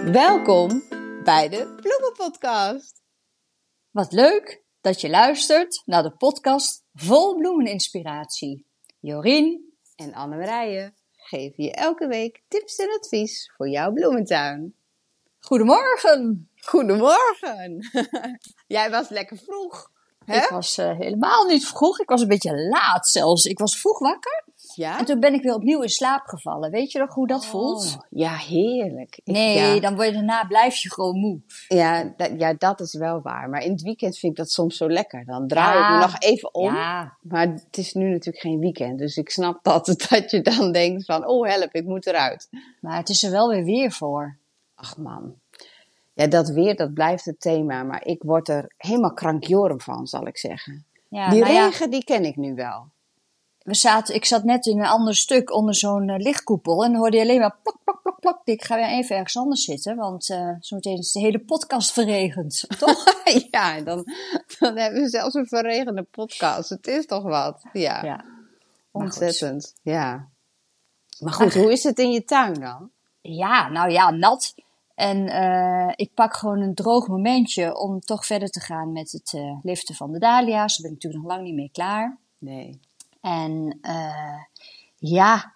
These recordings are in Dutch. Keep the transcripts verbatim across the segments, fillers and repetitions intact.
Welkom bij de Bloemenpodcast. Wat leuk dat je luistert naar de podcast vol bloemeninspiratie. Jorien en Anne-Marije geven je elke week tips en advies voor jouw bloementuin. Goedemorgen! Goedemorgen! Jij was lekker vroeg, hè? Ik was uh, helemaal niet vroeg, ik was een beetje laat zelfs. Ik was vroeg wakker. Ja? En toen ben ik weer opnieuw in slaap gevallen. Weet je nog hoe dat oh, voelt? Ja, heerlijk. Ik, nee, ja. dan word je daarna blijf je gewoon moe. Ja dat, ja, dat is wel waar. Maar in het weekend vind ik dat soms zo lekker. Dan draai ja. ik me nog even om. Ja. Maar het is nu natuurlijk geen weekend. Dus ik snap dat, dat je dan denkt van, oh help, ik moet eruit. Maar het is er wel weer weer voor. Ach man. Ja, dat weer, dat blijft het thema. Maar ik word er helemaal krankjorum van, zal ik zeggen. Ja, die nou regen, ja. die ken ik nu wel. We zaten, ik zat net in een ander stuk onder zo'n uh, lichtkoepel en dan hoorde je alleen maar plak, plak, plak, plak. Ik ga weer even ergens anders zitten, want uh, zometeen is de hele podcast verregend, toch? Ja, dan, dan hebben we zelfs een verregende podcast. Het is toch wat? Ja, ja. Ontzettend. Ja. Maar goed, Ach. Hoe is het in je tuin dan? Ja, nou ja, nat. En uh, ik pak gewoon een droog momentje om toch verder te gaan met het uh, liften van de dahlia's. Daar ben ik natuurlijk nog lang niet mee klaar. Nee. En uh, ja,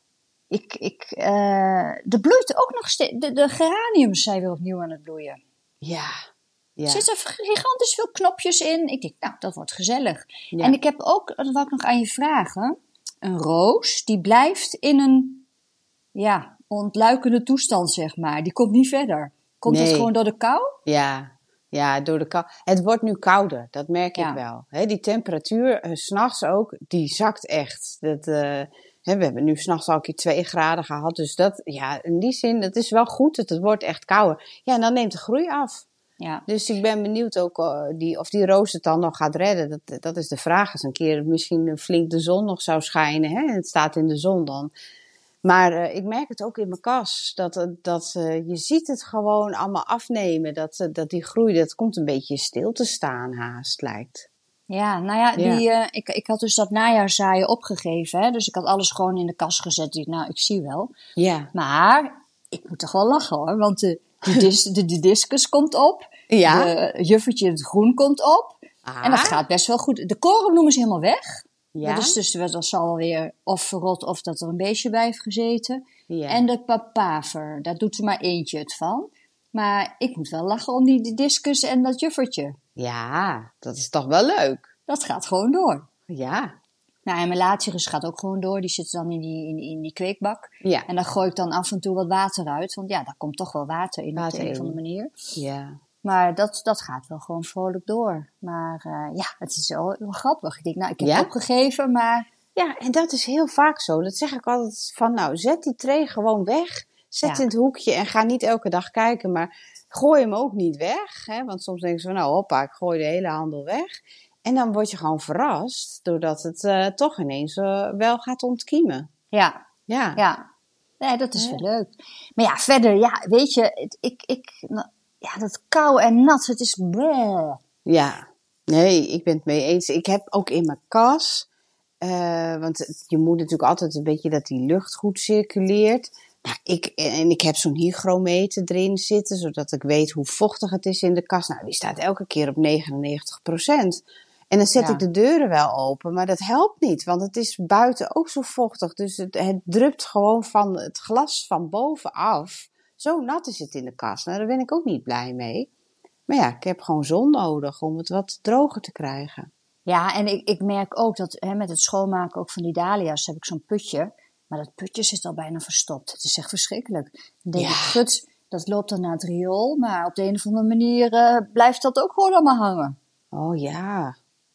ik, ik, uh, er bloeit ook nog steeds, de, de geraniums zijn weer opnieuw aan het bloeien. Ja. Ja. Er zitten gigantisch veel knopjes in. Ik denk, nou, dat wordt gezellig. Ja. En ik heb ook, dat wil ik nog aan je vragen, een roos die blijft in een, ja, ontluikende toestand, zeg maar. Die komt niet verder. Komt nee. het gewoon door de kou? Ja. Ja, door de kou. Het wordt nu kouder, dat merk ja. ik wel. He, die temperatuur, uh, 's nachts ook, die zakt echt. Dat, uh, he, we hebben nu 's nachts al een keer twee graden gehad. Dus dat, ja, in die zin, dat is wel goed. Het, het wordt echt kouder. Ja, en dan neemt de groei af. Ja. Dus ik ben benieuwd ook uh, die, of die roos het dan nog gaat redden. Dat, dat is de vraag. Als een keer misschien flink de zon nog zou schijnen. Hè? Het staat in de zon dan. Maar uh, ik merk het ook in mijn kas. Dat, dat uh, je ziet het gewoon allemaal afnemen. Dat, uh, dat die groei, dat komt een beetje stil te staan haast, lijkt. Ja, nou ja, ja. Die, uh, ik, ik had dus dat najaarzaaien opgegeven. Hè? Dus ik had alles gewoon in de kas gezet. Ik, nou, ik zie wel. Ja. Maar ik moet toch wel lachen hoor. Want de, de, dis, de, de discus komt op. Ja. De juffertje in het groen komt op. Ah. En dat gaat best wel goed. De korenbloem is helemaal weg. Ja. Dat is dus, dat zal weer of verrot of dat er een beestje bij heeft gezeten. Ja. En de papaver, daar doet er maar eentje het van. Maar ik moet wel lachen om die discus en dat juffertje. Ja, dat is toch wel leuk. Dat gaat gewoon door. Ja. Nou, en mijn laatjurus gaat ook gewoon door. Die zit dan in die, in, in die kweekbak. Ja. En dan gooi ik dan af en toe wat water uit. Want ja, daar komt toch wel water in water op de een in. of andere manier. Ja. Maar dat, dat gaat wel gewoon vrolijk door. Maar uh, ja, het is wel, wel grappig. Ik denk, nou, ik heb ja? opgegeven, maar... Ja, en dat is heel vaak zo. Dat zeg ik altijd van, nou, zet die tray gewoon weg. Zet Ja. in het hoekje en ga niet elke dag kijken. Maar gooi hem ook niet weg. Hè? Want soms denken ze van, nou, hoppa, ik gooi de hele handel weg. En dan word je gewoon verrast. Doordat het uh, toch ineens uh, wel gaat ontkiemen. Ja, Ja. ja. Nee, dat is Ja. wel leuk. Maar ja, verder, ja, weet je, het, ik, ik, nou, ja, dat kou en nat, het is bleh. Ja, nee, ik ben het mee eens. Ik heb ook in mijn kas, uh, want je moet natuurlijk altijd een beetje dat die lucht goed circuleert. Nou, ik, en ik heb zo'n hygrometer erin zitten, zodat ik weet hoe vochtig het is in de kas. Nou, die staat elke keer op negenennegentig procent. En dan zet Ja. ik de deuren wel open, maar dat helpt niet, want het is buiten ook zo vochtig. Dus het, het drupt gewoon van het glas van boven af. Zo nat is het in de kast. Nou, daar ben ik ook niet blij mee. Maar ja, ik heb gewoon zon nodig om het wat droger te krijgen. Ja, en ik, ik merk ook dat hè, met het schoonmaken ook van die dahlia's heb ik zo'n putje. Maar dat putje zit al bijna verstopt. Het is echt verschrikkelijk. Dan denk Ja. ik, gut, dat loopt dan naar het riool. Maar op de een of andere manier uh, blijft dat ook gewoon allemaal hangen. Oh ja.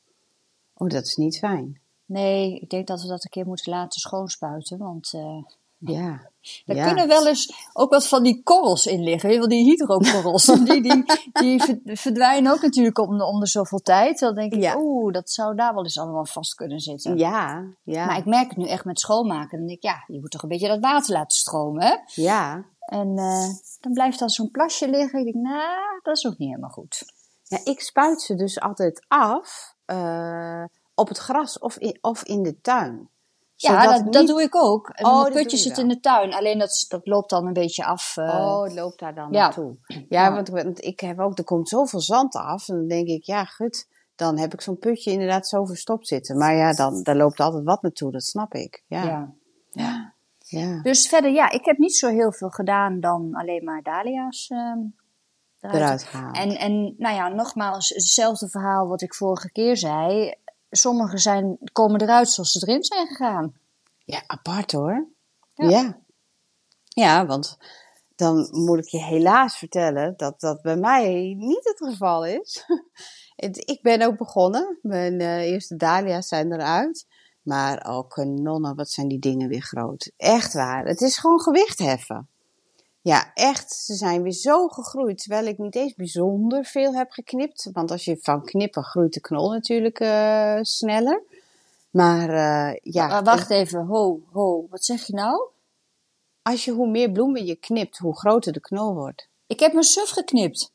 Oh, dat is niet fijn. Nee, ik denk dat we dat een keer moeten laten schoonspuiten. Want uh, Ja. er ja. kunnen wel eens ook wat van die korrels in liggen. Weet je wel, die hydrokorrels. die, die, die verdwijnen ook natuurlijk om de, om de zoveel tijd. Dan denk ik, Ja. oeh, dat zou daar wel eens allemaal vast kunnen zitten. Ja, ja. Maar ik merk het nu echt met schoonmaken. Dan denk ik, ja, je moet toch een beetje dat water laten stromen, hè? Ja. En uh, dan blijft dan zo'n plasje liggen. Ik denk, nou, dat is ook niet helemaal goed. Ja, ik spuit ze dus altijd af uh, op het gras of in, of in de tuin. Ja, Zodat dat, niet... dat doe ik ook. En Oh, mijn dat putje doe je zit wel. in de tuin. Alleen dat, dat loopt dan een beetje af. Uh, Oh, het loopt daar dan ja. naartoe. Ja, Ja. want, want ik heb ook, er komt zoveel zand af. En dan denk ik, ja, gut, dan heb ik zo'n putje inderdaad zo verstopt zitten. Maar ja, dan, daar loopt altijd wat naartoe, dat snap ik. Ja. Ja. Ja. Ja. Dus verder, ja, ik heb niet zo heel veel gedaan dan alleen maar dahlia's uh, eruit, Eruit halen. En, en nou ja, nogmaals, hetzelfde verhaal wat ik vorige keer zei. Sommige zijn, komen eruit zoals ze erin zijn gegaan. Ja, apart hoor. Ja. Ja. Ja, want dan moet ik je helaas vertellen dat dat bij mij niet het geval is. Ik ben ook begonnen. Mijn uh, eerste dahlia's zijn eruit. Maar oh, kanonnen, wat zijn die dingen weer groot. Echt waar. Het is gewoon gewicht heffen. Ja, echt. Ze zijn weer zo gegroeid. Terwijl ik niet eens bijzonder veel heb geknipt. Want als je van knippen groeit de knol natuurlijk uh, sneller. Maar uh, ja. W- wacht even. Ho, ho. Wat zeg je nou? Als je hoe meer bloemen je knipt, hoe groter de knol wordt. Ik heb mijn suf geknipt.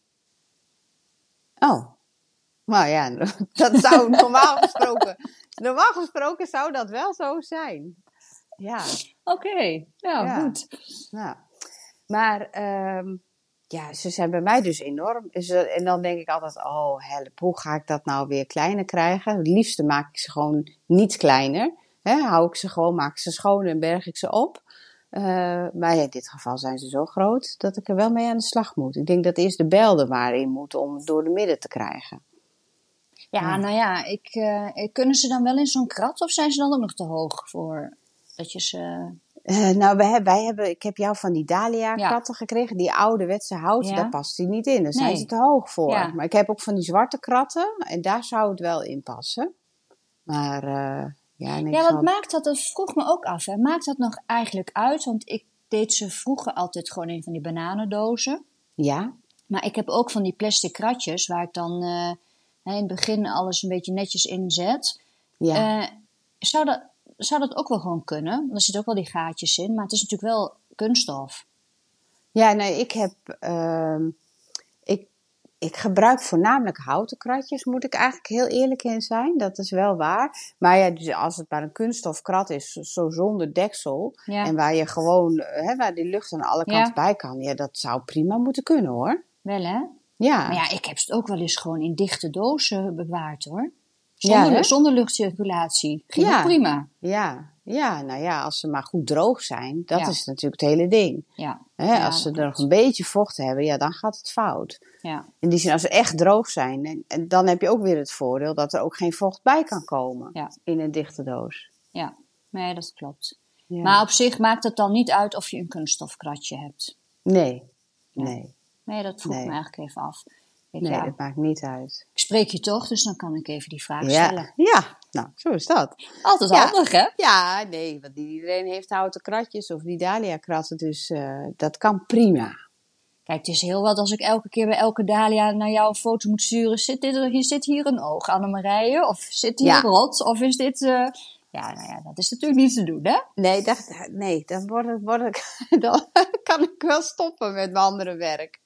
Oh. Nou ja, dat zou normaal gesproken... normaal gesproken zou dat wel zo zijn. Ja. Oké, okay. nou ja. goed. Nou. Maar um, ja, ze zijn bij mij dus enorm. En dan denk ik altijd, oh help, hoe ga ik dat nou weer kleiner krijgen? Het liefste maak ik ze gewoon niet kleiner. He, hou ik ze gewoon, maak ik ze schoon en berg ik ze op. Uh, maar in dit geval zijn ze zo groot dat ik er wel mee aan de slag moet. Ik denk dat eerst de bijl er maar in moet om het door de midden te krijgen. Ja, ja. nou ja, ik, uh, kunnen ze dan wel in zo'n krat of zijn ze dan ook nog te hoog voor dat je ze... Uh, nou, wij hebben, wij hebben, ik heb jou van die dahlia-kratten ja. gekregen. Die ouderwetse houten, ja. Daar past die niet in. Daar nee. zijn ze te hoog voor. Ja. Maar ik heb ook van die zwarte kratten. En daar zou het wel in passen. Maar... Uh, Ja, ja, wat zal... maakt dat, dat vroeg me ook af, hè? Maakt dat nog eigenlijk uit? Want ik deed ze vroeger altijd gewoon in van die bananendozen. Ja. Maar ik heb ook van die plastic kratjes, waar ik dan uh, in het begin alles een beetje netjes in zet. Ja. Uh, zou, dat, zou dat ook wel gewoon kunnen? Er zitten ook wel die gaatjes in, maar het is natuurlijk wel kunststof. Ja, nee, ik heb... Uh, ik Ik gebruik voornamelijk houten kratjes, moet ik eigenlijk heel eerlijk in zijn. Dat is wel waar. Maar ja, dus als het maar een kunststof krat is, zo zonder deksel. Ja. En waar je gewoon, hè, waar die lucht aan alle kanten ja. bij kan. Ja, dat zou prima moeten kunnen hoor. Wel hè? Ja. Maar ja, ik heb het ook wel eens gewoon in dichte dozen bewaard hoor. Zonder, ja, zonder luchtcirculatie. Ging ja. prima. Ja. Ja, nou ja, als ze maar goed droog zijn, dat ja. is natuurlijk het hele ding. Ja. Hè, ja, als ze er nog een beetje vocht hebben, ja, dan gaat het fout. Ja. In die zin, als ze echt droog zijn, en, en dan heb je ook weer het voordeel dat er ook geen vocht bij kan komen ja. in een dichte doos. Ja, nee, dat klopt. Ja. Maar op zich maakt het dan niet uit of je een kunststofkratje hebt. Nee, nee. Ja. Nee, dat vroeg nee. me eigenlijk even af. Ik, nee, ja, dat maakt niet uit. Ik spreek je toch, dus dan kan ik even die vraag ja. stellen. Ja, nou, zo is dat. Altijd ja. handig, hè? Ja, nee, want iedereen heeft houten kratjes of die dahlia-kratten, dus uh, dat kan prima. Kijk, het is heel wat als ik elke keer bij elke dahlia naar jou een foto moet sturen. Zit, dit, zit hier een oog, Annemarije? Of zit hier ja. rot? Of is dit... Uh... Ja, nou ja, dat is natuurlijk niet te doen, hè? Nee, dat, nee dan, word ik, word ik, dan kan ik wel stoppen met mijn andere werk.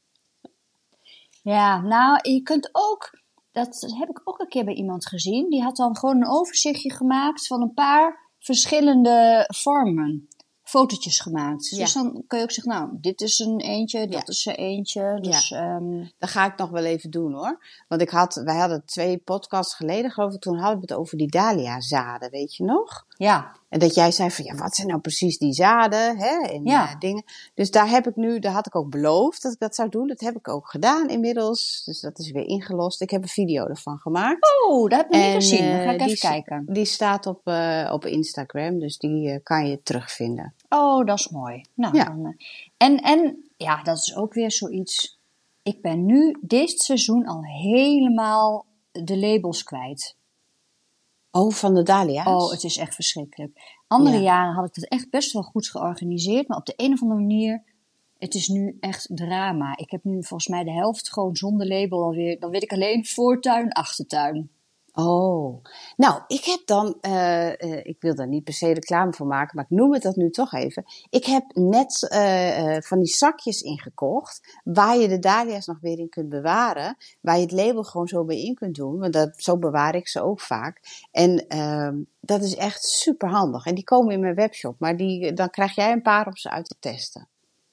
Ja, nou, je kunt ook... Dat heb ik ook een keer bij iemand gezien. Die had dan gewoon een overzichtje gemaakt van een paar verschillende vormen. Fotootjes gemaakt. Ja. Dus dan kun je ook zeggen, nou, dit is een eentje, dat ja. is er eentje. Dus, ja. um... Dat ga ik nog wel even doen hoor. Want ik had, wij hadden twee podcasts geleden, geloof ik, toen hadden we het over die dahlia-zaden, weet je nog? Ja. En dat jij zei van, ja, wat zijn nou precies die zaden, hè, en ja. uh, dingen. Dus daar heb ik nu, daar had ik ook beloofd dat ik dat zou doen. Dat heb ik ook gedaan inmiddels. Dus dat is weer ingelost. Ik heb een video ervan gemaakt. Oh, dat heb ik niet gezien. Dan ga ik uh, even die, kijken. Die staat op, uh, op Instagram, dus die uh, kan je terugvinden. Oh, dat is mooi. Nou, ja. dan, uh, en, en ja, dat is ook weer zoiets. Ik ben nu dit seizoen al helemaal de labels kwijt. Oh, van de dahlia's? Oh, het is echt verschrikkelijk. Andere ja. jaren had ik het echt best wel goed georganiseerd. Maar op de een of andere manier, het is nu echt drama. Ik heb nu volgens mij de helft gewoon zonder label alweer. Dan weet ik alleen voortuin, achtertuin. Oh, nou, ik heb dan, uh, uh, ik wil daar niet per se reclame voor maken, maar ik noem het dat nu toch even. Ik heb net uh, uh, van die zakjes ingekocht, waar je de dahlia's nog weer in kunt bewaren, waar je het label gewoon zo bij in kunt doen, want dat, zo bewaar ik ze ook vaak. En uh, dat is echt super handig. En die komen in mijn webshop, maar die, dan krijg jij een paar om ze uit te testen.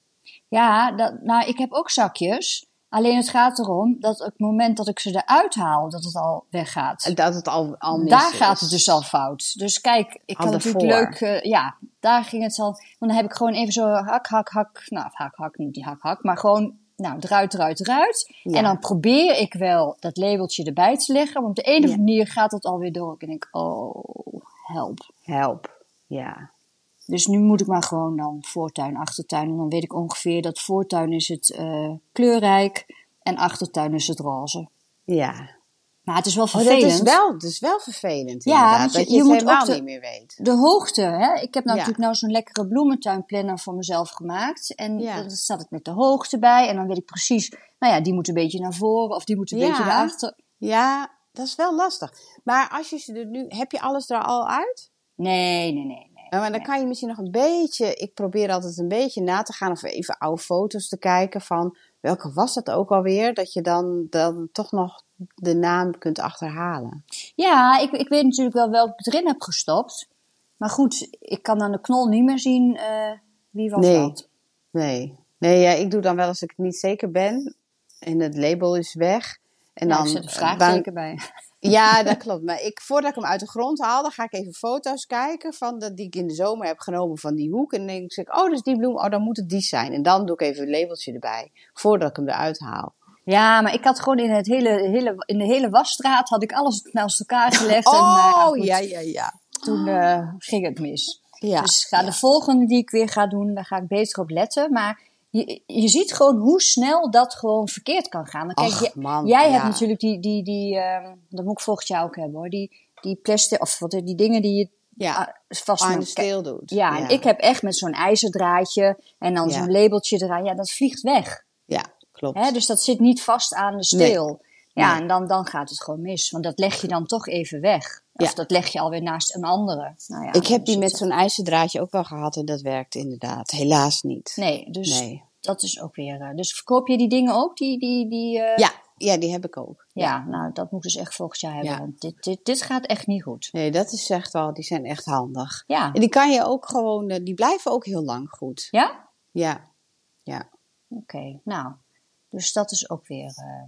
Ja, dat, nou, ik heb ook zakjes. Alleen het gaat erom dat op het moment dat ik ze eruit haal, dat het al weggaat. Dat het al, al mis Daar is. gaat het dus al fout. Dus kijk, ik Al kan daarvoor. natuurlijk leuk... Uh, ja, daar ging het al... Want dan heb ik gewoon even zo hak, hak, hak... Nou, hak, hak, niet die hak, hak. Maar gewoon, nou, eruit, eruit, eruit. Ja. En dan probeer ik wel dat labeltje erbij te leggen. Maar op de ene Ja. manier gaat het alweer door. Ik denk, oh, help. Help, ja. Dus nu moet ik maar gewoon dan voortuin, achtertuin. En dan weet ik ongeveer dat voortuin is het uh, kleurrijk en achtertuin is het roze. Ja. Maar het is wel Oh, vervelend. dat is wel, dat is wel vervelend Ja, inderdaad. want je, dat je, je het moet helemaal ook de, niet meer weet. de hoogte, hè. Ik heb nou Ja. natuurlijk nou zo'n lekkere bloementuinplanner voor mezelf gemaakt. En Ja. dan staat het met de hoogte bij. En dan weet ik precies, nou ja, die moet een beetje naar voren of die moet een Ja. beetje naar achter. Ja, dat is wel lastig. Maar als je ze er nu, heb je alles er al uit? Nee, nee, nee. nee Ja, maar dan nee. kan je misschien nog een beetje, ik probeer altijd een beetje na te gaan of even oude foto's te kijken van welke was dat ook alweer, dat je dan, dan toch nog de naam kunt achterhalen. Ja, ik, ik weet natuurlijk wel welke ik erin heb gestopt. Maar goed, ik kan aan de knol niet meer zien uh, wie was Nee. dat. Nee, nee ja, ik doe dan wel als ik niet zeker ben en het label is weg. En Ja, dan, ik zet een vraagteken bij. Ja, dat klopt. Maar ik, voordat ik hem uit de grond haal, dan ga ik even foto's kijken van de, die ik in de zomer heb genomen van die hoek. En dan denk ik, oh, dat is die bloem. Oh, dan moet het die zijn. En dan doe ik even een labeltje erbij, voordat ik hem eruit haal. Ja, maar ik had gewoon in, het hele, hele, in de hele wasstraat had ik alles naast elkaar gelegd. Oh, en, uh, goed, ja, ja, ja. Toen uh, ging het mis. Ja, dus ga ja. de volgende die ik weer ga doen, daar ga ik beter op letten. Maar je, je ziet gewoon hoe snel dat gewoon verkeerd kan gaan. Dan kijk, Och, je, man, jij ja. hebt natuurlijk die, die, die uh, dat moet ik volgend jaar ook hebben hoor, die, die plastic, of wat, die dingen die je ja. uh, vast aan de steel doet. Ja, ja, en ik heb echt met zo'n ijzerdraadje en dan ja. zo'n labeltje eraan, ja, dat vliegt weg. Ja, klopt. Hè, dus dat zit niet vast aan de steel. Nee. Ja, nee. en dan, dan gaat het gewoon mis. Want dat leg je dan toch even weg. Of Ja. dat leg je alweer naast een andere. Nou ja, ik heb die met het... zo'n ijzerdraadje ook wel gehad en dat werkt inderdaad. Helaas niet. Nee, dus nee. dat is ook weer... Uh, dus verkoop je die dingen ook? Die, die, die, uh... ja, ja, die heb ik ook. Ja, ja. nou dat moet dus echt volgend jaar hebben. Ja. Want dit, dit, dit gaat echt niet goed. Nee, dat is echt wel... Die zijn echt handig. Ja. En die kan je ook gewoon... Die blijven ook heel lang goed. Ja? Ja. Ja. Oké, okay, nou... Dus dat is ook weer... Uh,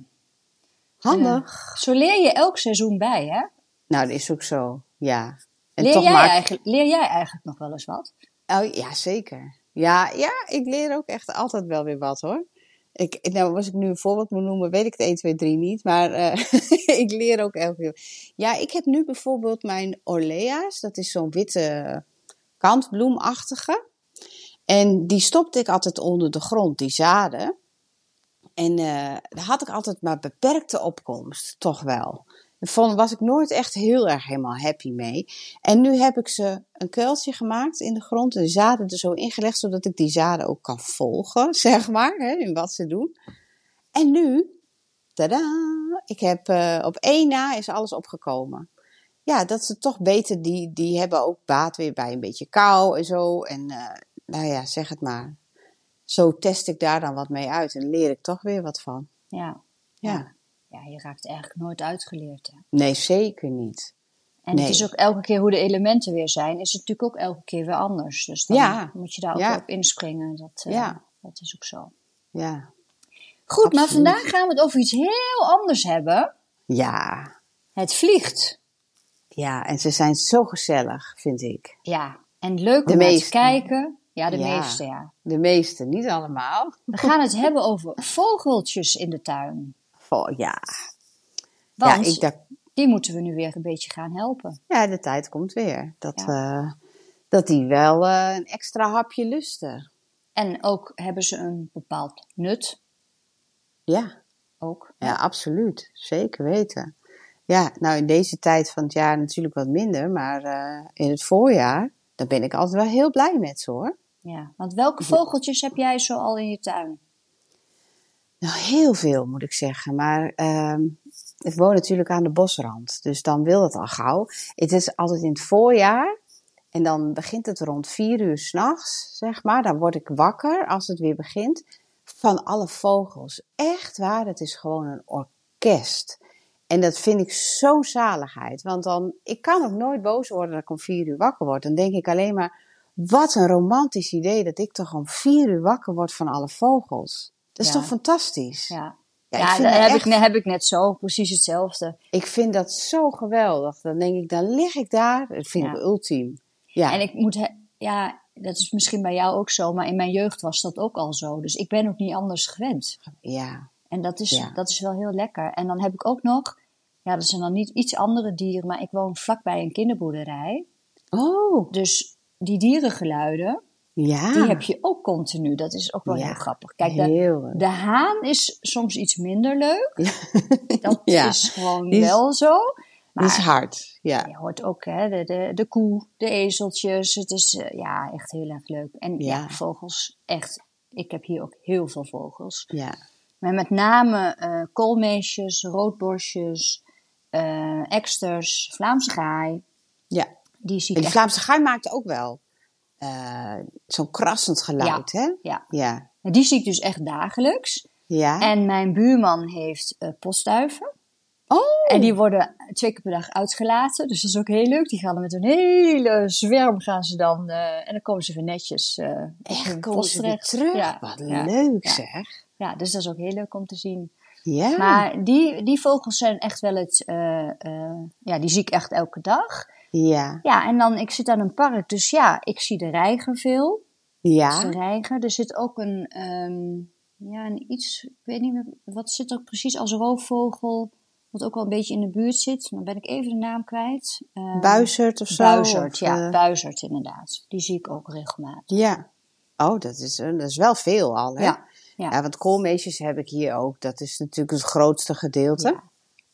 handig. Uh, zo leer je elk seizoen bij, hè? Nou, dat is ook zo, ja. En leer, toch jij maak... eigenlijk, leer jij eigenlijk nog wel eens wat? Oh, ja, zeker. Ja, ja, ik leer ook echt altijd wel weer wat, hoor. Ik, nou, als ik nu een voorbeeld moet noemen, weet ik het één, twee, drie niet. Maar uh, ik leer ook elke keer. Ja, ik heb nu bijvoorbeeld mijn Orlea's. Dat is zo'n witte kantbloemachtige. En die stopte ik altijd onder de grond, die zaden. En uh, daar had ik altijd maar beperkte opkomst, toch wel. Daar was ik nooit echt heel erg helemaal happy mee. En nu heb ik ze een kuiltje gemaakt in de grond en de zaden er zo ingelegd, zodat ik die zaden ook kan volgen, zeg maar, hè, in wat ze doen. En nu, tada, ik heb uh, op één na is alles opgekomen. Ja, dat ze toch beter, die, die hebben ook baat weer bij een beetje kou en zo. En uh, nou ja, zeg het maar. Zo test ik daar dan wat mee uit en leer ik toch weer wat van. Ja. Ja. Ja, ja je raakt eigenlijk nooit uitgeleerd. Hè? Nee, zeker niet. En nee. het is ook elke keer hoe de elementen weer zijn, is het natuurlijk ook elke keer weer anders. Dus dan ja. moet je daar ook ja. weer op inspringen. Dat, uh, ja. dat is ook zo. Ja. Goed, absoluut. maar vandaag gaan we het over iets heel anders hebben. Ja. Het vliegt. Ja, en ze zijn zo gezellig, vind ik. Ja, en leuk de om meeste. naar te kijken. Ja, de ja. meeste, ja. De meeste, niet allemaal. We gaan het hebben over vogeltjes in de tuin. Vol, ja. Want ja, ik dacht, die moeten we nu weer een beetje gaan helpen. ja, de tijd komt weer. Dat, ja. uh, dat die wel uh, een extra hapje lusten. En ook hebben ze een bepaald nut. Ja. Ook. Ja, ja, absoluut. Zeker weten. Ja, nou in deze tijd van het jaar natuurlijk wat minder. Maar uh, in het voorjaar, daar ben ik altijd wel heel blij met ze, hoor. Ja, want welke vogeltjes heb jij zo al in je tuin? Nou, heel veel moet ik zeggen. Maar uh, ik woon natuurlijk aan de bosrand, dus dan wil het al gauw. Het is altijd in het voorjaar en dan begint het rond vier uur 's nachts, zeg maar. Dan word ik wakker als het weer begint van alle vogels. Echt waar, het is gewoon een orkest. En dat vind ik zo'n zaligheid, want dan, ik kan ook nooit boos worden dat ik om vier uur wakker word. Dan denk ik alleen maar, wat een romantisch idee dat ik toch om vier uur wakker word van alle vogels. Dat is Ja. toch fantastisch? Ja, Ja, ja ik, vind dat dat heb, echt, ik, heb ik net zo. Precies hetzelfde. ik vind dat zo geweldig. Dan denk ik, dan lig ik daar. Dat vind Ja. ik ultiem. En Ja, ik moet... he- ja, dat is misschien bij jou ook zo. Maar in mijn jeugd was dat ook al zo. Dus ik ben ook niet anders gewend. ja, En dat is, ja. dat is wel heel lekker. En dan heb ik ook nog... Ja, dat zijn dan niet iets andere dieren. Maar ik woon vlakbij een kinderboerderij. Oh, Dus die dierengeluiden... ja. Die heb je ook continu. Dat is ook wel Ja, heel grappig. Kijk, de, heel leuk. de haan is soms iets minder leuk. Ja. Dat Ja, is gewoon die is, wel zo. die is Maar hard. Ja, je hoort ook hè, de, de, de koe, de ezeltjes. Het is eh, ja, echt heel erg leuk. En ja, ja, vogels, echt. Ik heb hier ook heel veel vogels. ja, Maar met name eh koolmeesjes, roodborstjes, eh eksters, Vlaamse gaai. ja. Die zie En ik die echt. Vlaamse gaai maakt ook wel eh, zo'n krassend Ja, geluid, hè? ja. Ja, En die zie ik dus echt dagelijks. ja. En mijn buurman heeft eh postduiven. En die Oh, worden twee keer per dag uitgelaten. Dus dat is ook heel leuk. Die gaan dan met een hele zwerm gaan ze dan. eh, en dan komen ze weer netjes eh op echt hun komen post ze weer terecht. terug? Ja, Wat ja, leuk ja. zeg. Ja, dus dat is ook heel leuk om te zien. Ja, Maar die, die vogels zijn echt wel het... eh, eh, ja, die zie ik echt elke dag. ja, Ja, en dan, ik zit aan een park. Dus ja, ik zie de reiger veel. Dat is de ja. reiger. Er zit ook een... ehm, ja, een iets... Ik weet niet meer... Wat zit er precies als roofvogel... Wat ook wel een beetje in de buurt zit. Dan ben ik even de naam kwijt. Ehm Buizerd of zo? Buizerd, Of, ja. eh, Buizerd inderdaad. Die zie ik ook regelmatig. ja. Oh, dat is, eh, dat is wel veel al, hè? Ja, ja, Ja, want koolmeesjes heb ik hier ook. Dat is natuurlijk het grootste gedeelte. ja.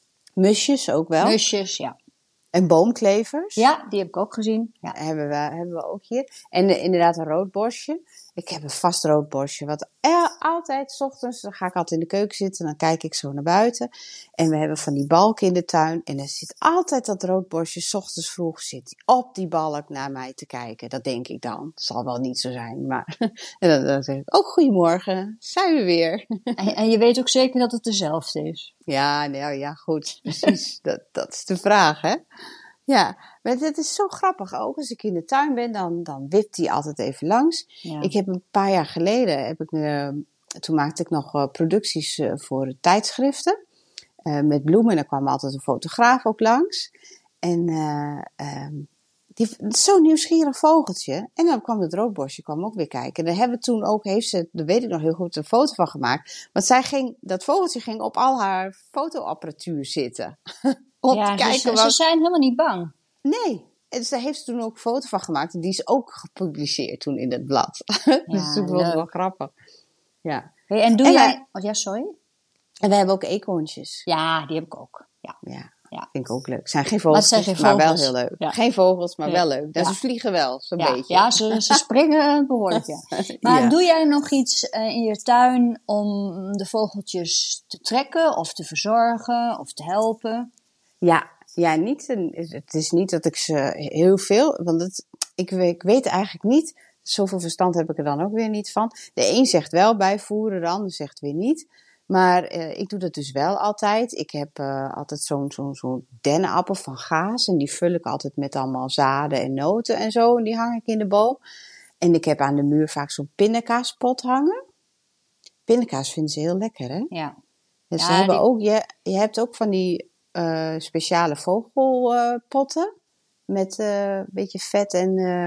Musjes ook wel. Musjes, ja. En boomklevers. Ja, die heb ik ook gezien. Ja, Hebben we, hebben we ook hier. En eh, inderdaad een roodborstje. Ik heb een vast roodborstje. Wat er altijd 's ochtends, dan ga ik altijd in de keuken zitten. En dan kijk ik zo naar buiten. En we hebben van die balken in de tuin. En er zit altijd dat roodborstje. 's Ochtends vroeg zit hij op die balk naar mij te kijken. Dat denk ik dan. Zal wel niet zo zijn. Maar en dan, dan zeg ik ook goedemorgen. Zijn we weer. en, en je weet ook zeker dat het dezelfde is. Ja, nou ja, goed. Precies. dat, dat is de vraag, hè. Ja, maar het is zo grappig. Ook als ik in de tuin ben, dan, dan wipt hij altijd even langs. Ja. Ik heb een paar jaar geleden, heb ik, eh, toen maakte ik nog eh, producties eh, voor tijdschriften. eh, met bloemen. En dan kwam altijd een fotograaf ook langs. En eh, ehm, die, zo'n nieuwsgierig vogeltje. En dan kwam het roodborstje kwam ook weer kijken. En daar hebben we toen ook, heeft ze, daar weet ik nog heel goed, een foto van gemaakt. Want zij ging, dat vogeltje ging op al haar fotoapparatuur zitten. Om Ja, te ze, kijken ze, wat... ze zijn helemaal niet bang. Nee. En dus daar heeft ze toen ook een foto van gemaakt. En die is ook gepubliceerd toen in het blad. dus Ja, toen vond ik wel leuk. grappig. Ja. Hey, en doe En jij... wij, Oh, ja, sorry? en wij hebben ook eekhoorntjes. Ja, die heb ik ook. Ja, Ja, ja. vind ik ook leuk. Het zijn geen Maar het vogeltjes, zijn geen maar wel vogels. heel leuk. Ja. Geen vogels, maar Nee. wel leuk. Dat Ja. ze vliegen wel, zo'n Ja, beetje. ja ze, ze springen behoorlijk, ja. Maar Ja. doe jij nog iets eh, in je tuin om de vogeltjes te trekken of te verzorgen of te helpen? Ja, ja, niet, een- het is niet dat ik ze heel veel, want het, ik, we- ik weet eigenlijk niet, zoveel verstand heb ik er dan ook weer niet van. De een zegt wel bijvoeren, de ander zegt weer niet. Maar eh, ik doe dat dus wel altijd. Ik heb eh, altijd zo'n zo'n zo'n dennenappel van Gaas en die vul ik altijd met allemaal zaden en noten en zo. En die hang ik in de boom. En ik heb aan de muur vaak zo'n pindakaaspot hangen. Pindakaas vinden ze heel lekker, hè? Ja, Dus Ja, ze hebben die- ook, je, je hebt ook van die eh, speciale vogelpotten met eh, een beetje vet en, eh,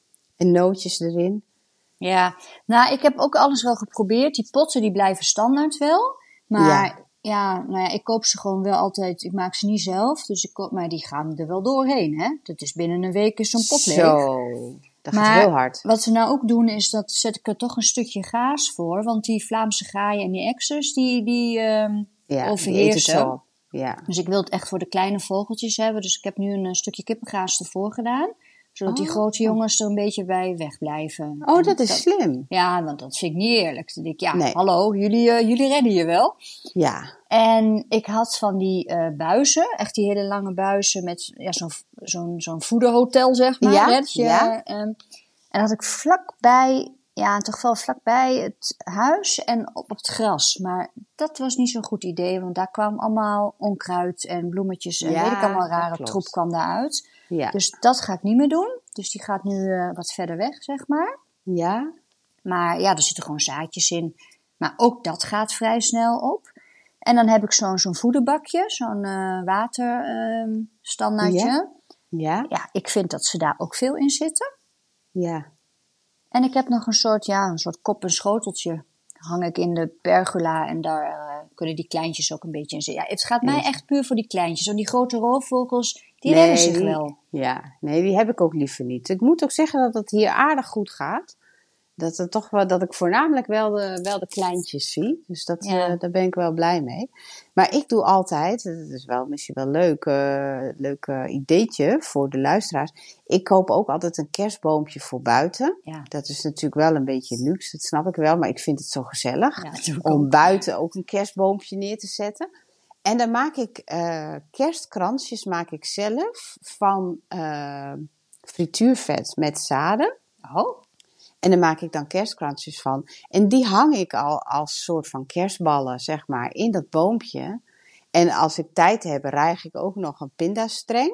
en nootjes erin. ja. Nou, ik heb ook alles wel geprobeerd. Die potten die blijven standaard wel. Maar Ja. ja, nou ja, ik koop ze gewoon wel altijd. Ik maak ze niet zelf. Dus ik koop, maar die gaan er wel doorheen, hè. Dat is binnen een week is zo'n pot leeg. Zo, dat gaat Maar heel hard. wat ze nou ook doen is, dat zet ik er toch een stukje gaas voor. Want die Vlaamse gaaien en die exers, die, die ehm, Ja, die eet het overheersen. zo op. Ja. Dus ik wil het echt voor de kleine vogeltjes hebben. Dus ik heb nu een, eh, stukje kippengaas ervoor gedaan. Zodat die Oh. grote jongens er een beetje bij wegblijven. Oh, En dat is slim. Ja, want dat vind ik niet eerlijk. Dan denk ik, ja, Nee. hallo, jullie, eh, jullie redden je wel. Ja, En ik had van die uh, buizen, echt die hele lange buizen met ja, zo'n, zo'n, zo'n voederhotel, zeg maar. Ja, Hè, dat je, ja. Um, en dat had ik vlakbij, ja, toch wel vlakbij het huis en op het gras. Maar dat was niet zo'n goed idee, want daar kwam allemaal onkruid en bloemetjes en Ja, weet ik allemaal dat rare klopt. troep kwam daaruit. Ja. Dus dat ga ik niet meer doen. Dus die gaat nu uh, wat verder weg, zeg maar. Ja. Maar ja, er zitten gewoon zaadjes in. Maar ook dat gaat vrij snel op. En dan heb ik zo'n, zo'n voederbakje, zo'n uh, waterstandaardje. Ja. Ja. Ja, ik vind dat ze daar ook veel in zitten. Ja. En ik heb nog een soort, ja, een soort kop- en schoteltje. Hang ik in de pergola en daar uh, kunnen die kleintjes ook een beetje in zitten. Ja, het gaat mij echt puur voor die kleintjes. Want die grote roofvogels, die nee, redden zich die, wel. Ja, nee, die heb ik ook liever niet. Ik moet ook zeggen dat het hier aardig goed gaat. Dat, het toch wel, dat ik voornamelijk wel de, wel de kleintjes zie. Dus dat, Ja. uh, daar ben ik wel blij mee. Maar ik doe altijd, dat is wel misschien wel een leuk, uh, leuk uh, ideetje voor de luisteraars. Ik koop ook altijd een kerstboompje voor buiten. Ja. Dat is natuurlijk wel een beetje luxe, dat snap ik wel. Maar ik vind het zo gezellig Ja, om ook. buiten ook een kerstboompje neer te zetten. En dan maak ik uh, kerstkransjes maak ik zelf van uh, frituurvet met zaden. Oh. En daar maak ik dan kerstkransjes van. En die hang ik al als soort van kerstballen, zeg maar, in dat boompje. En als ik tijd heb, rijg ik ook nog een pindastreng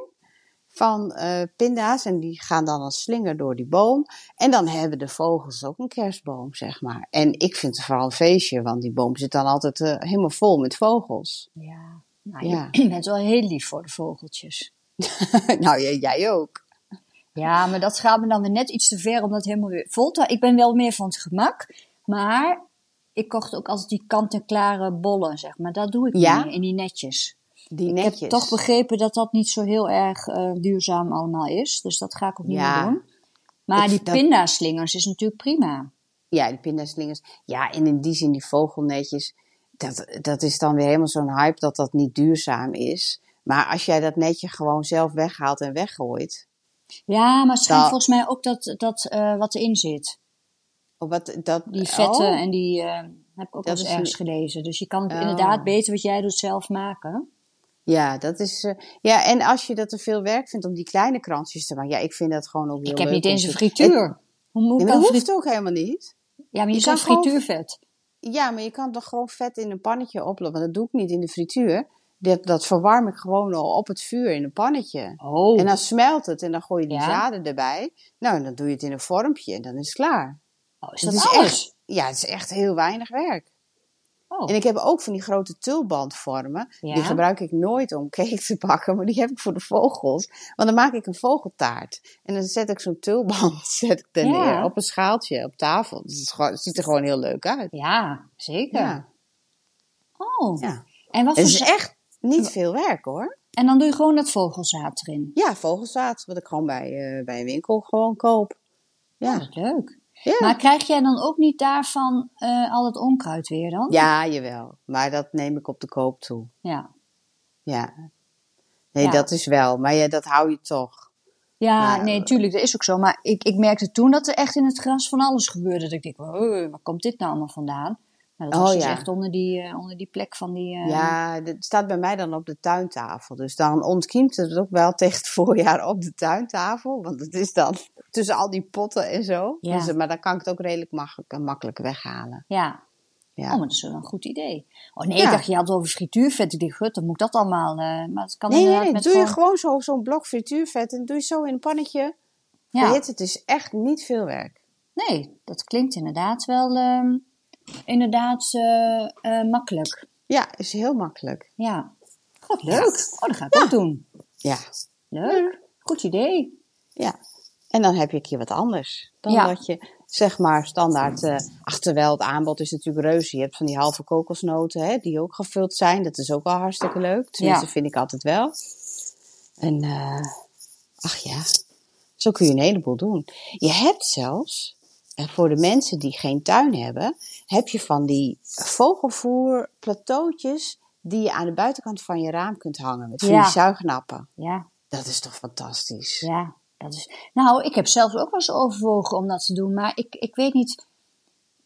van uh, pinda's. En die gaan dan als slinger door die boom. En dan hebben de vogels ook een kerstboom, zeg maar. En ik vind het vooral een feestje, want die boom zit dan altijd uh, helemaal vol met vogels. Ja, nou, ja. Je bent wel heel lief voor de vogeltjes. Nou, ja, jij ook. Ja, maar dat gaat me dan weer net iets te ver om dat helemaal weer vol te... Ik ben wel meer van het gemak, maar ik kocht ook altijd die kant-en-klare bollen, zeg maar. Dat doe ik ja? niet meer, in die netjes. Die ik netjes. heb toch begrepen dat dat niet zo heel erg uh, duurzaam allemaal is, dus dat ga ik ook niet ja. meer doen. Maar ik, die dat... pindaslingers is natuurlijk prima. Ja, die pindaslingers. Ja, en in die zin die vogelnetjes, dat, dat is dan weer helemaal zo'n hype dat dat niet duurzaam is. Maar als jij dat netje gewoon zelf weghaalt en weggooit... Ja, maar het schijnt dan... volgens mij ook dat, dat uh, wat erin zit. Oh, wat, dat... Die vetten oh. en die uh, heb ik ook wel eens ergens niet... gelezen. Dus je kan het oh. inderdaad beter wat jij doet zelf maken. Ja, dat is... Uh, ja, en als je dat te veel werk vindt om die kleine kransjes te maken... Ja, ik vind dat gewoon ook heel ik leuk. Ik heb niet eens een frituur. Het... Hoe moet ja, maar dat hoeft frit... ook helemaal niet. Ja, maar je, je kan frituurvet. Gewoon... Ja, maar je kan toch gewoon vet in een pannetje oplopen. Dat doe ik niet in de frituur. Dat, dat verwarm ik gewoon al op het vuur in een pannetje. Oh. En dan smelt het en dan gooi je die ja? zaden erbij. Nou, en dan doe je het in een vormpje en dan is het klaar. Oh, is dat het is alles? Echt, ja, het is echt heel weinig werk. Oh. En ik heb ook van die grote tulbandvormen. Ja? Die gebruik ik nooit om cake te bakken, maar die heb ik voor de vogels. Want dan maak ik een vogeltaart. En dan zet ik zo'n tulband zet ik er ja. neer op een schaaltje op tafel. Dus het, gewoon, het ziet er gewoon heel leuk uit. Ja, zeker. Ja. Oh. Ja. En wat het voor is za- echt niet veel werk hoor. En dan doe je gewoon dat vogelzaad erin? Ja, vogelzaad. Wat ik gewoon bij, uh, bij een winkel gewoon koop. Ja. Oh, wat leuk. Ja. Maar krijg jij dan ook niet daarvan uh, al het onkruid weer dan? Ja, jawel. Maar dat neem ik op de koop toe. Ja. Ja. Nee, ja. dat is wel. Maar ja, dat hou je toch. Ja, maar, nee, tuurlijk, dat is ook zo. Maar ik, ik merkte toen dat er echt in het gras van alles gebeurde. Dat ik dacht, oh, waar komt dit nou allemaal vandaan? Nou, dat was oh, dus ja. echt onder die, uh, onder die plek van die... Uh... Ja, het staat bij mij dan op de tuintafel. Dus dan ontkiemt het ook wel tegen het voorjaar op de tuintafel. Want het is dan tussen al die potten en zo. Ja. Dus, maar dan kan ik het ook redelijk makkelijk, makkelijk weghalen. Ja. ja. Oh, maar dat is wel een goed idee. Oh nee, ja. ik dacht, je had het over frituurvet. Ik dacht, gut, dan moet ik dat allemaal... Uh, maar het kan nee, inderdaad nee, met doe gewoon... je gewoon zo, zo'n blok frituurvet. En doe je zo in een pannetje. Ja. Weet, het is echt niet veel werk. Nee, dat klinkt inderdaad wel... Uh... Inderdaad uh, uh, makkelijk. Ja, is heel makkelijk. Ja. God, leuk. Ja. Oh, dat ga ik ja. ook doen. Ja. Leuk. Goed idee. Ja. En dan heb je een keer wat anders. Dan ja. dat je, zeg maar, standaard... Uh, ach, terwijl het aanbod is natuurlijk reuze. Je hebt van die halve kokosnoten, hè, die ook gevuld zijn. Dat is ook wel hartstikke leuk. Tenminste, ja. vind ik altijd wel. En, uh, ach ja, zo kun je een heleboel doen. Je hebt zelfs... En voor de mensen die geen tuin hebben, heb je van die vogelvoer-plateautjes die je aan de buitenkant van je raam kunt hangen met van ja. die zuignappen. Ja. Dat is toch fantastisch? Ja, dat is... Nou, ik heb zelfs ook wel eens overwogen om dat te doen, maar ik, ik weet niet...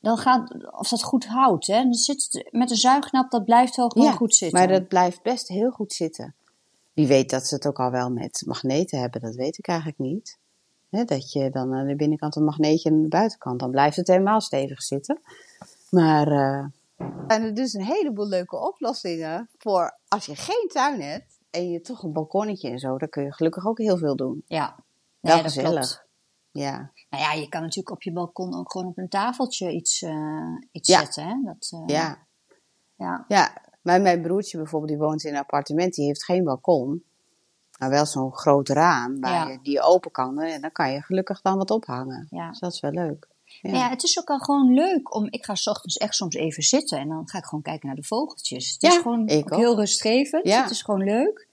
dan gaat, of dat goed houdt. Hè? Dan zit het, met een zuignap, dat blijft wel gewoon Ja, goed zitten. maar dat blijft best heel goed zitten. Wie weet dat ze het ook al wel met magneten hebben, dat weet ik eigenlijk niet. He, dat je dan aan de binnenkant een magneetje en aan de buitenkant, dan blijft het helemaal stevig zitten. Maar uh, er zijn dus een heleboel leuke oplossingen voor als je geen tuin hebt en je toch een balkonnetje en zo, dan kun je gelukkig ook heel veel doen. Ja, nee, wel dat gezellig. Klopt. Ja. Nou ja, je kan natuurlijk op je balkon ook gewoon op een tafeltje iets, uh, iets ja. zetten. Hè? Dat, uh, ja. ja. Ja, maar mijn broertje bijvoorbeeld, die woont in een appartement, die heeft geen balkon. Maar wel zo'n groot raam waar ja. je die open kan. En dan kan je gelukkig dan wat ophangen. Ja. Dus dat is wel leuk. Ja. ja, het is ook al gewoon leuk om... Ik ga 's ochtends echt soms even zitten en dan ga ik gewoon kijken naar de vogeltjes. Het ja, is gewoon ook ook. heel rustgevend. Ja. Het is gewoon leuk.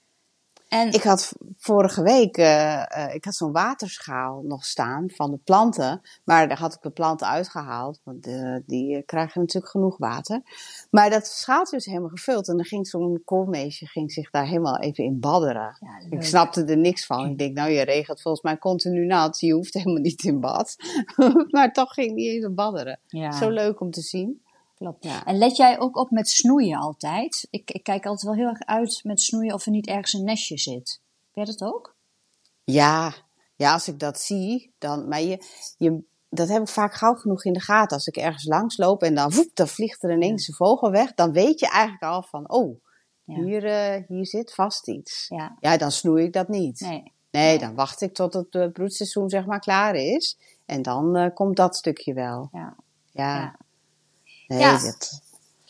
En ik had vorige week, uh, uh, ik had zo'n waterschaal nog staan van de planten. Maar daar had ik de planten uitgehaald, want uh, die uh, krijgen natuurlijk genoeg water. Maar dat schaaltje is helemaal gevuld en dan ging zo'n koolmeesje ging zich daar helemaal even in badderen. Ja, ik snapte er niks van. Ik denk, nou je regelt volgens mij continu nat, je hoeft helemaal niet in bad. Maar toch ging die even badderen. Ja. Zo leuk om te zien. Klopt. Ja. En let jij ook op met snoeien altijd? Ik, ik kijk altijd wel heel erg uit met snoeien of er niet ergens een nestje zit. Weet je dat ook? Ja, ja als ik dat zie, dan... Maar je, je, dat heb ik vaak gauw genoeg in de gaten. Als ik ergens langs loop en dan, woep, dan vliegt er ineens een vogel weg. Dan weet je eigenlijk al van, oh, ja. hier, uh, hier zit vast iets. Ja. ja, dan snoei ik dat niet. Nee, nee, nee. Dan wacht ik tot het uh, broedseizoen zeg maar klaar is. En dan uh, komt dat stukje wel. Ja. Ja. ja. Nee, ja. Dat...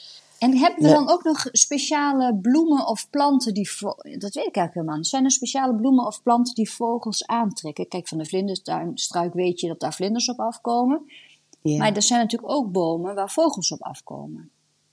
En hebben we dan ook nog speciale bloemen of planten die... Vo- dat weet ik eigenlijk helemaal niet. Zijn er speciale bloemen of planten die vogels aantrekken? Kijk, van de vlinderstruik weet je dat daar vlinders op afkomen. Ja. Maar er zijn natuurlijk ook bomen waar vogels op afkomen.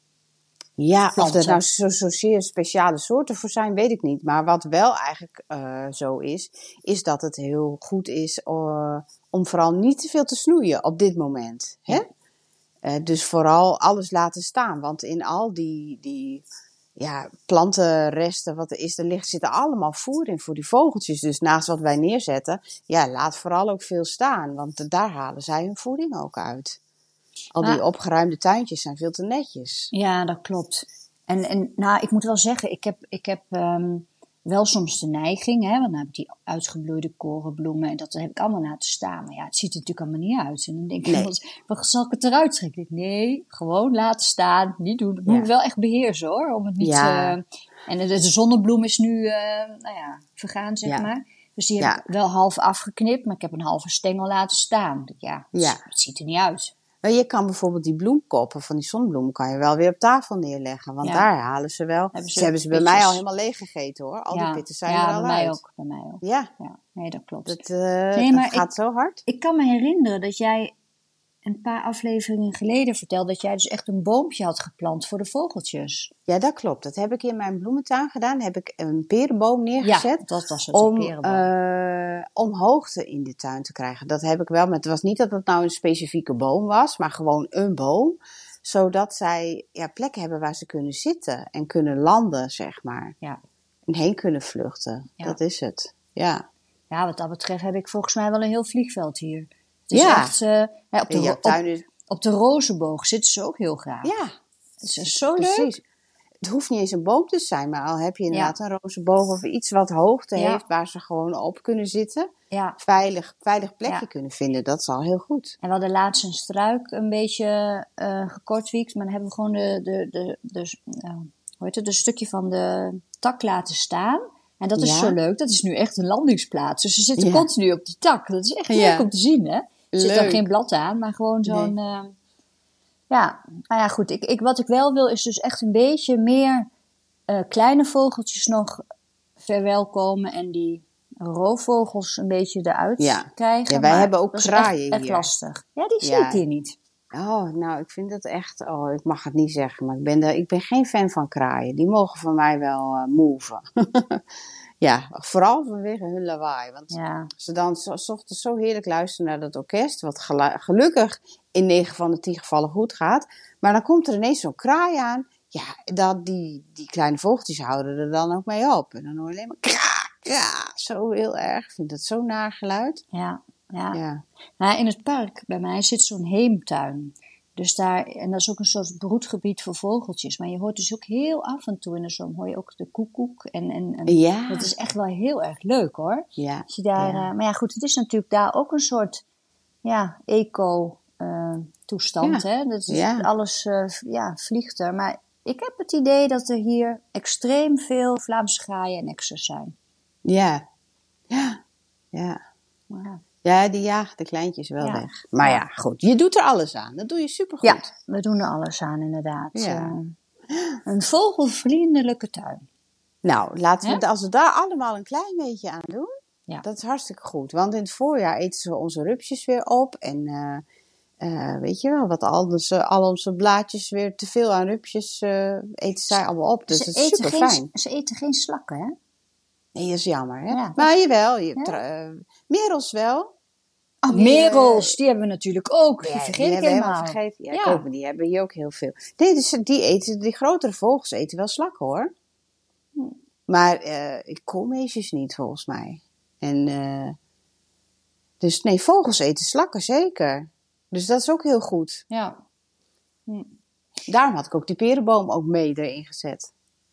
Ja, planten. Of er nou zo, zozeer speciale soorten voor zijn, weet ik niet. Maar wat wel eigenlijk uh, zo is, is dat het heel goed is uh, om vooral niet te veel te snoeien op dit moment. Hè? Ja. Uh, dus vooral alles laten staan. Want in al die, die ja, plantenresten wat er is, er ligt, zitten allemaal voer in voor die vogeltjes. Dus naast wat wij neerzetten, ja, laat vooral ook veel staan. Want daar halen zij hun voeding ook uit. Al die ah. opgeruimde tuintjes zijn veel te netjes. Ja, dat klopt. En, en nou, ik moet wel zeggen, ik heb, ik heb um, wel soms de neiging, hè, want dan heb ik die uitgebloeide korenbloemen en dat heb ik allemaal laten staan. Maar ja, het ziet er natuurlijk allemaal niet uit. En dan denk ik, nee. wat, wat zal ik het eruit trekken? Ik denk, nee, gewoon laten staan, niet doen. Dat ja. moet ik wel echt beheersen hoor, om het niet... Ja. Uh, en de, de zonnebloem is nu, uh, nou ja, vergaan zeg ja. maar. Dus die heb ja. ik wel half afgeknipt, maar ik heb een halve stengel laten staan. Ja, het, ja. het ziet er niet uit. Je kan bijvoorbeeld die bloemkoppen van die zonnebloemen kan je wel weer op tafel neerleggen. Want ja. daar halen ze wel. Hebben ze, ze hebben ze bij mij al helemaal leeg gegeten hoor. Al ja. die pitten zijn ja, er al bij mij uit. Ook, bij mij ook. Ja. ja. Nee, dat klopt. Dat, uh, nee, dat gaat ik, zo hard. Ik kan me herinneren dat jij een paar afleveringen geleden vertelde dat jij dus echt een boompje had geplant voor de vogeltjes. Ja, dat klopt. Dat heb ik in mijn bloementuin gedaan. Heb ik een perenboom neergezet. Ja, dat was het, om, een perenboom. Uh, om hoogte in de tuin te krijgen. Dat heb ik wel. Maar het was niet dat het nou een specifieke boom was, maar gewoon een boom. Zodat zij ja, plekken hebben waar ze kunnen zitten en kunnen landen, zeg maar. Ja. En heen kunnen vluchten. Ja. Dat is het. Ja. Ja, wat dat betreft heb ik volgens mij wel een heel vliegveld hier. Het is ja. echt, uh, ja, op, de, ja, op, is... op de rozenboog zitten ze ook heel graag. Ja. Het is zo Precies. leuk. Het hoeft niet eens een boom te zijn, maar al heb je inderdaad ja. een rozenboog of iets wat hoogte ja. heeft waar ze gewoon op kunnen zitten. Ja. Veilig, veilig plekje ja. kunnen vinden, dat is al heel goed. En we hadden laatst een struik een beetje uh, gekortwiekt, maar dan hebben we gewoon de, de, de, de, uh, hoe heet het, een stukje van de tak laten staan. En dat is ja. zo leuk, dat is nu echt een landingsplaats. Dus ze zitten ja. continu op die tak. Dat is echt leuk ja. om te zien, hè? Er zit dan geen blad aan, maar gewoon zo'n... Nee. Uh, ja, nou ja, goed. Ik, ik, wat ik wel wil is dus echt een beetje meer uh, kleine vogeltjes nog verwelkomen. En die roofvogels een beetje eruit ja. krijgen. Ja, wij maar hebben ook kraaien echt, echt hier. lastig. Ja, die zie ja. ik hier niet. Oh, nou, ik vind dat echt... Oh, ik mag het niet zeggen, maar ik ben, de, ik ben geen fan van kraaien. Die mogen van mij wel uh, moven. Ja, vooral vanwege hun lawaai. Want ja. ze dan zo, zo, zo heerlijk luisteren naar dat orkest. Wat gelu- gelukkig in negen van de tien gevallen goed gaat. Maar dan komt er ineens zo'n kraai aan. Ja, dat, die, die kleine vogeltjes houden er dan ook mee op. En dan hoor je alleen maar kraak, ja, zo heel erg. Ik vind dat zo'n naar geluid. Ja, ja. ja. Nou, in het park bij mij zit zo'n heemtuin. Dus daar, en dat is ook een soort broedgebied voor vogeltjes. Maar je hoort dus ook heel af en toe in de zomer hoor je ook de koekoek. En, en, en Ja. dat is echt wel heel erg leuk hoor. Ja. Als je daar, Ja. uh, maar ja goed, het is natuurlijk daar ook een soort ja, eco-toestand. Uh, Ja. hè? Dat is, Ja. Alles uh, ja, vliegt er. Maar ik heb het idee dat er hier extreem veel Vlaamse gaaien en eksers zijn. Ja. Ja. Ja. Ja. Ja, die jagen de kleintjes wel Ja. weg. Maar ja. Ja, goed. Je doet er alles aan. Dat doe je supergoed. Ja, we doen er alles aan inderdaad. Ja. Uh, een vogelvriendelijke tuin. Nou, laten we, Ja? als we daar allemaal een klein beetje aan doen, Ja. dat is hartstikke goed. Want in het voorjaar eten ze onze rupsjes weer op. En uh, uh, weet je wel, wat al onze, al onze blaadjes weer te veel aan rupsjes uh, eten zij allemaal op. Dus Ze dat is eten super geen, fijn. Ze eten geen slakken, hè? Nee, dat is jammer, hè? Ja, maar dat- jawel, je hebt Ja? er, uh, merels wel. Oh, Die, merels, uh, die hebben we natuurlijk ook. Die Ja, vergeet die ik hebben we helemaal. helemaal vergeten. Ja, Ja. ik ook, maar die hebben hier ook heel veel. Nee, dus die eten, die grotere vogels eten wel slakken, hoor. Hm. Maar uh, koolmeesjes niet, volgens mij. En, uh, dus nee, vogels eten slakken, zeker. Dus dat is ook heel goed. Ja. Hm. Daarom had ik ook die perenboom ook mee erin gezet.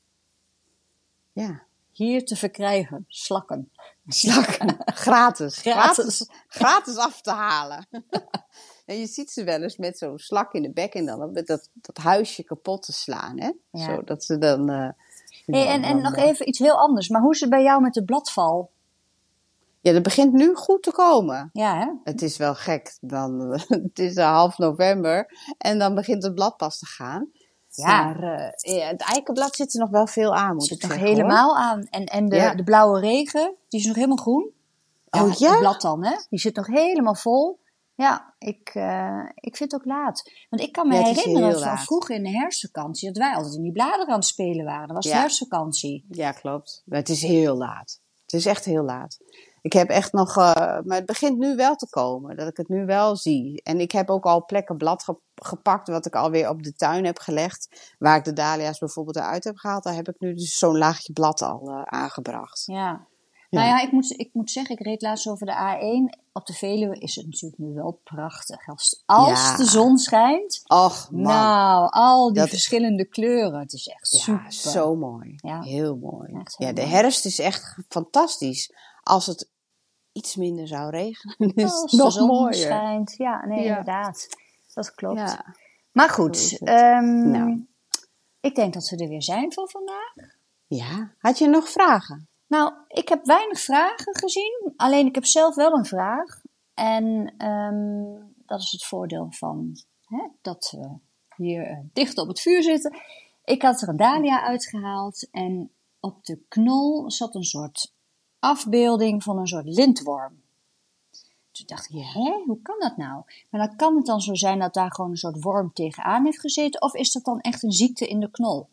Ja. Hier te verkrijgen, slakken. Slakken. Gratis. Gratis. Gratis. Gratis af te halen. En je ziet ze wel eens met zo'n slak in de bek en dan met dat, dat huisje kapot te slaan, hè? Ja. Zodat ze dan... Uh, Hey, en, en nog even iets heel anders. Maar hoe is het bij jou met de bladval? Ja, dat begint nu goed te komen. Ja, hè? Het is wel gek. Dan, het is uh, half november en dan begint het blad pas te gaan. Ja. Maar uh, ja, het eikenblad zit er nog wel veel aan, moet Het zit ik nog zeggen, helemaal hoor. aan. En, en de, Ja. de blauwe regen, die is nog helemaal groen. Oh ja? Het blad dan, hè? Die zit nog helemaal vol. Ja, ik, uh, ik vind het ook laat. Want ik kan me Ja, het is herinneren heel van laat. vroeger in de herfstvakantie... dat wij altijd in die bladeren aan het spelen waren. Dat was Ja. de herfstvakantie. Ja, klopt. Maar het is heel laat. Het is echt heel laat. Ik heb echt nog... Uh, maar het begint nu wel te komen. Dat ik het nu wel zie. En ik heb ook al plekken blad ge- gepakt... wat ik alweer op de tuin heb gelegd. Waar ik de dahlia's bijvoorbeeld eruit heb gehaald. Daar heb ik nu dus zo'n laagje blad al uh, aangebracht. Ja. Ja. Nou ja, ik moet, ik moet zeggen, ik reed laatst over de A één. Op de Veluwe is het natuurlijk nu wel prachtig. Als, als Ja. de zon schijnt. Och, man. Nou, al die Dat- verschillende kleuren. Het is echt Ja, super. zo mooi. Ja. Heel mooi. Echt heel Ja, de mooi. herfst is echt fantastisch. Als het iets minder zou regenen, is Als het de nog zon mooier. schijnt. Ja, nee, Ja. inderdaad. Dat klopt. Ja. Maar Zo goed, is het. ehm, Nou. ik denk dat we er weer zijn voor vandaag. Ja. Had je nog vragen? Nou, ik heb weinig vragen gezien. Alleen ik heb zelf wel een vraag. En ehm, dat is het voordeel van hè, dat we hier uh, dicht op het vuur zitten. Ik had er een dahlia uitgehaald. En op de knol zat een soort afbeelding van een soort lintworm. Toen dacht ik, hè, hoe kan dat nou? Maar dan kan het dan zo zijn dat daar gewoon een soort worm tegenaan heeft gezeten. Of is dat dan echt een ziekte in de knol?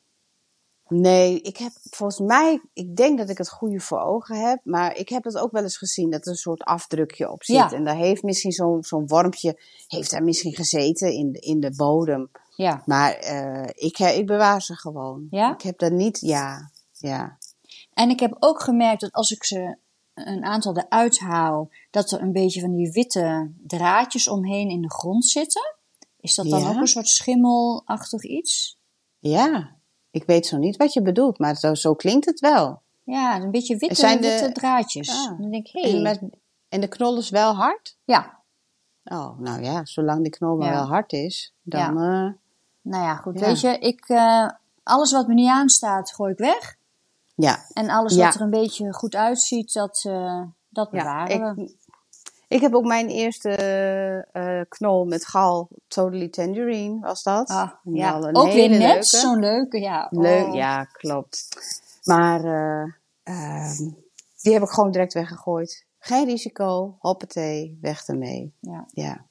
Nee, ik heb volgens mij, ik denk dat ik het goede voor ogen heb, maar ik heb het ook wel eens gezien dat er een soort afdrukje op zit. Ja. En daar heeft misschien zo'n zo'n wormpje, heeft daar misschien gezeten in, de- in de bodem. Ja. Maar uh, ik, ik bewaar ze gewoon. Ja? Ik heb dat niet, ja, ja. En ik heb ook gemerkt dat als ik ze een aantal eruit haal, dat er een beetje van die witte draadjes omheen in de grond zitten. Is dat dan Ja? ook een soort schimmelachtig iets? Ja, ik weet zo niet wat je bedoelt, maar zo, zo klinkt het wel. Ja, een beetje witte, Zijn de- witte draadjes. Ah. Dan denk ik, hé. En, Hey. met, en de knol is wel hard? Ja, Oh, nou ja, zolang die knol maar Ja. wel hard is, dan... eh, nou ja, goed. Ja. Weet je, ik, uh, alles wat me niet aanstaat, gooi ik weg. ja, En alles Ja. wat er een beetje goed uitziet, dat, uh, dat ja. bewaren we. Ik, ik heb ook mijn eerste uh, knol met gal, Totally Tangerine was dat. Ah, En ja. wel een Ook weer hele net leuke. zo'n leuke, ja. Leuk, Oh. ja, klopt. Maar uh, uh, die heb ik gewoon direct weggegooid. Geen risico, hoppatee, weg ermee. Ja. Ja.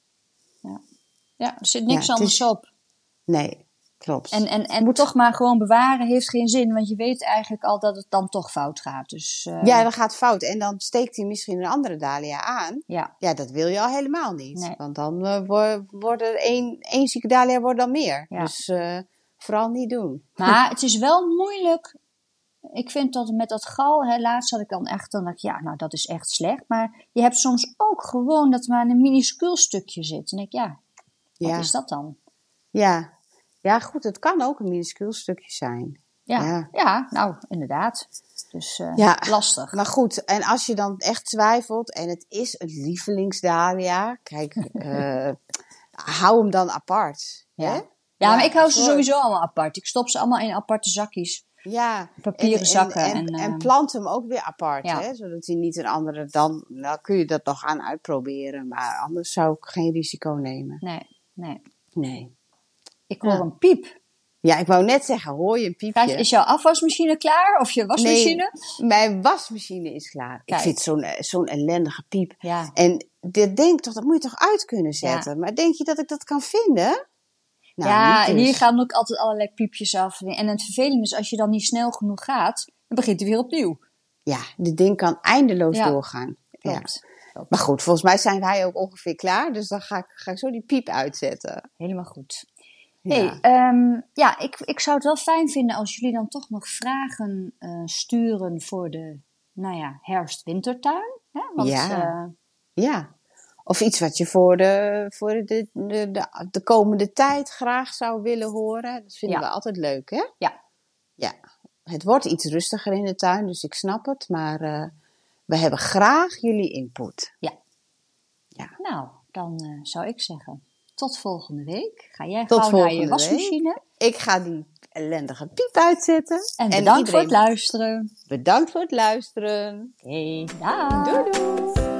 Ja, er zit niks Ja, het anders is- op. Nee, klopt. En, en, en toch maar gewoon bewaren heeft geen zin, want je weet eigenlijk al dat het dan toch fout gaat. Dus uh, Ja, dat gaat fout. En dan steekt hij misschien een andere dahlia aan. ja. Ja, dat wil je al helemaal niet. Nee. Want dan uh, wo- wordt er één, één zieke dahlia wordt dan meer. Ja. Dus uh, vooral niet doen. Maar het is wel moeilijk. Ik vind dat met dat gal, hè, laatst had ik dan echt, dan dacht ik, ja, nou dat is echt slecht. Maar je hebt soms ook gewoon dat er maar een minuscuul stukje zit. En ik, ja, wat Ja. is dat dan? Ja. Ja, goed, het kan ook een minuscuul stukje zijn. Ja, ja. ja nou, inderdaad. Dus uh, ja, lastig. Maar goed, en als je dan echt twijfelt en het is een lievelingsdahlia, kijk, uh, hou hem dan apart. Ja, hè? ja, ja maar ik hou ze soort... sowieso allemaal apart. Ik stop ze allemaal in aparte zakjes. Ja, papieren en, zakken. En, en, en, uh... en plant hem ook weer apart, ja. hè? Zodat hij niet een andere... Dan nou kun je dat nog aan uitproberen, maar anders zou ik geen risico nemen. Nee, nee. Nee. Ik hoor ja. een piep. Ja, ik wou net zeggen, hoor je een piepje? Gijs, is jouw afwasmachine klaar? Of je wasmachine? Nee, mijn wasmachine is klaar. Kijk. Ik vind zo'n, zo'n ellendige piep. Ja. En dit denk toch, dat moet je toch uit kunnen zetten? Ja. Maar denk je dat ik dat kan vinden? Nou, ja, dus. Hier gaan ook altijd allerlei piepjes af. En het vervelende is, als je dan niet snel genoeg gaat, dan begint hij weer opnieuw. Ja, dit ding kan eindeloos ja. doorgaan. Klopt. Ja. Klopt. Maar goed, volgens mij zijn wij ook ongeveer klaar. Dus dan ga ik, ga ik zo die piep uitzetten. Helemaal goed. Ja. Hey, um, ja, ik, ik zou het wel fijn vinden als jullie dan toch nog vragen uh, sturen voor de, nou ja, herfst-wintertuin. Hè? Want, ja. Uh, ja. Of iets wat je voor de, voor de, de, de, de komende tijd graag zou willen horen. Dat vinden ja. we altijd leuk, hè? Ja. Ja. Het wordt iets rustiger in de tuin, dus ik snap het. Maar uh, we hebben graag jullie input. Ja. ja. Nou, dan uh, zou ik zeggen... Tot volgende week. Ga jij Tot gauw naar je wasmachine. Week. Ik ga die ellendige piep uitzetten. En bedankt en voor het luisteren. Bedankt voor het luisteren. Oké, okay, dag. Doei doei.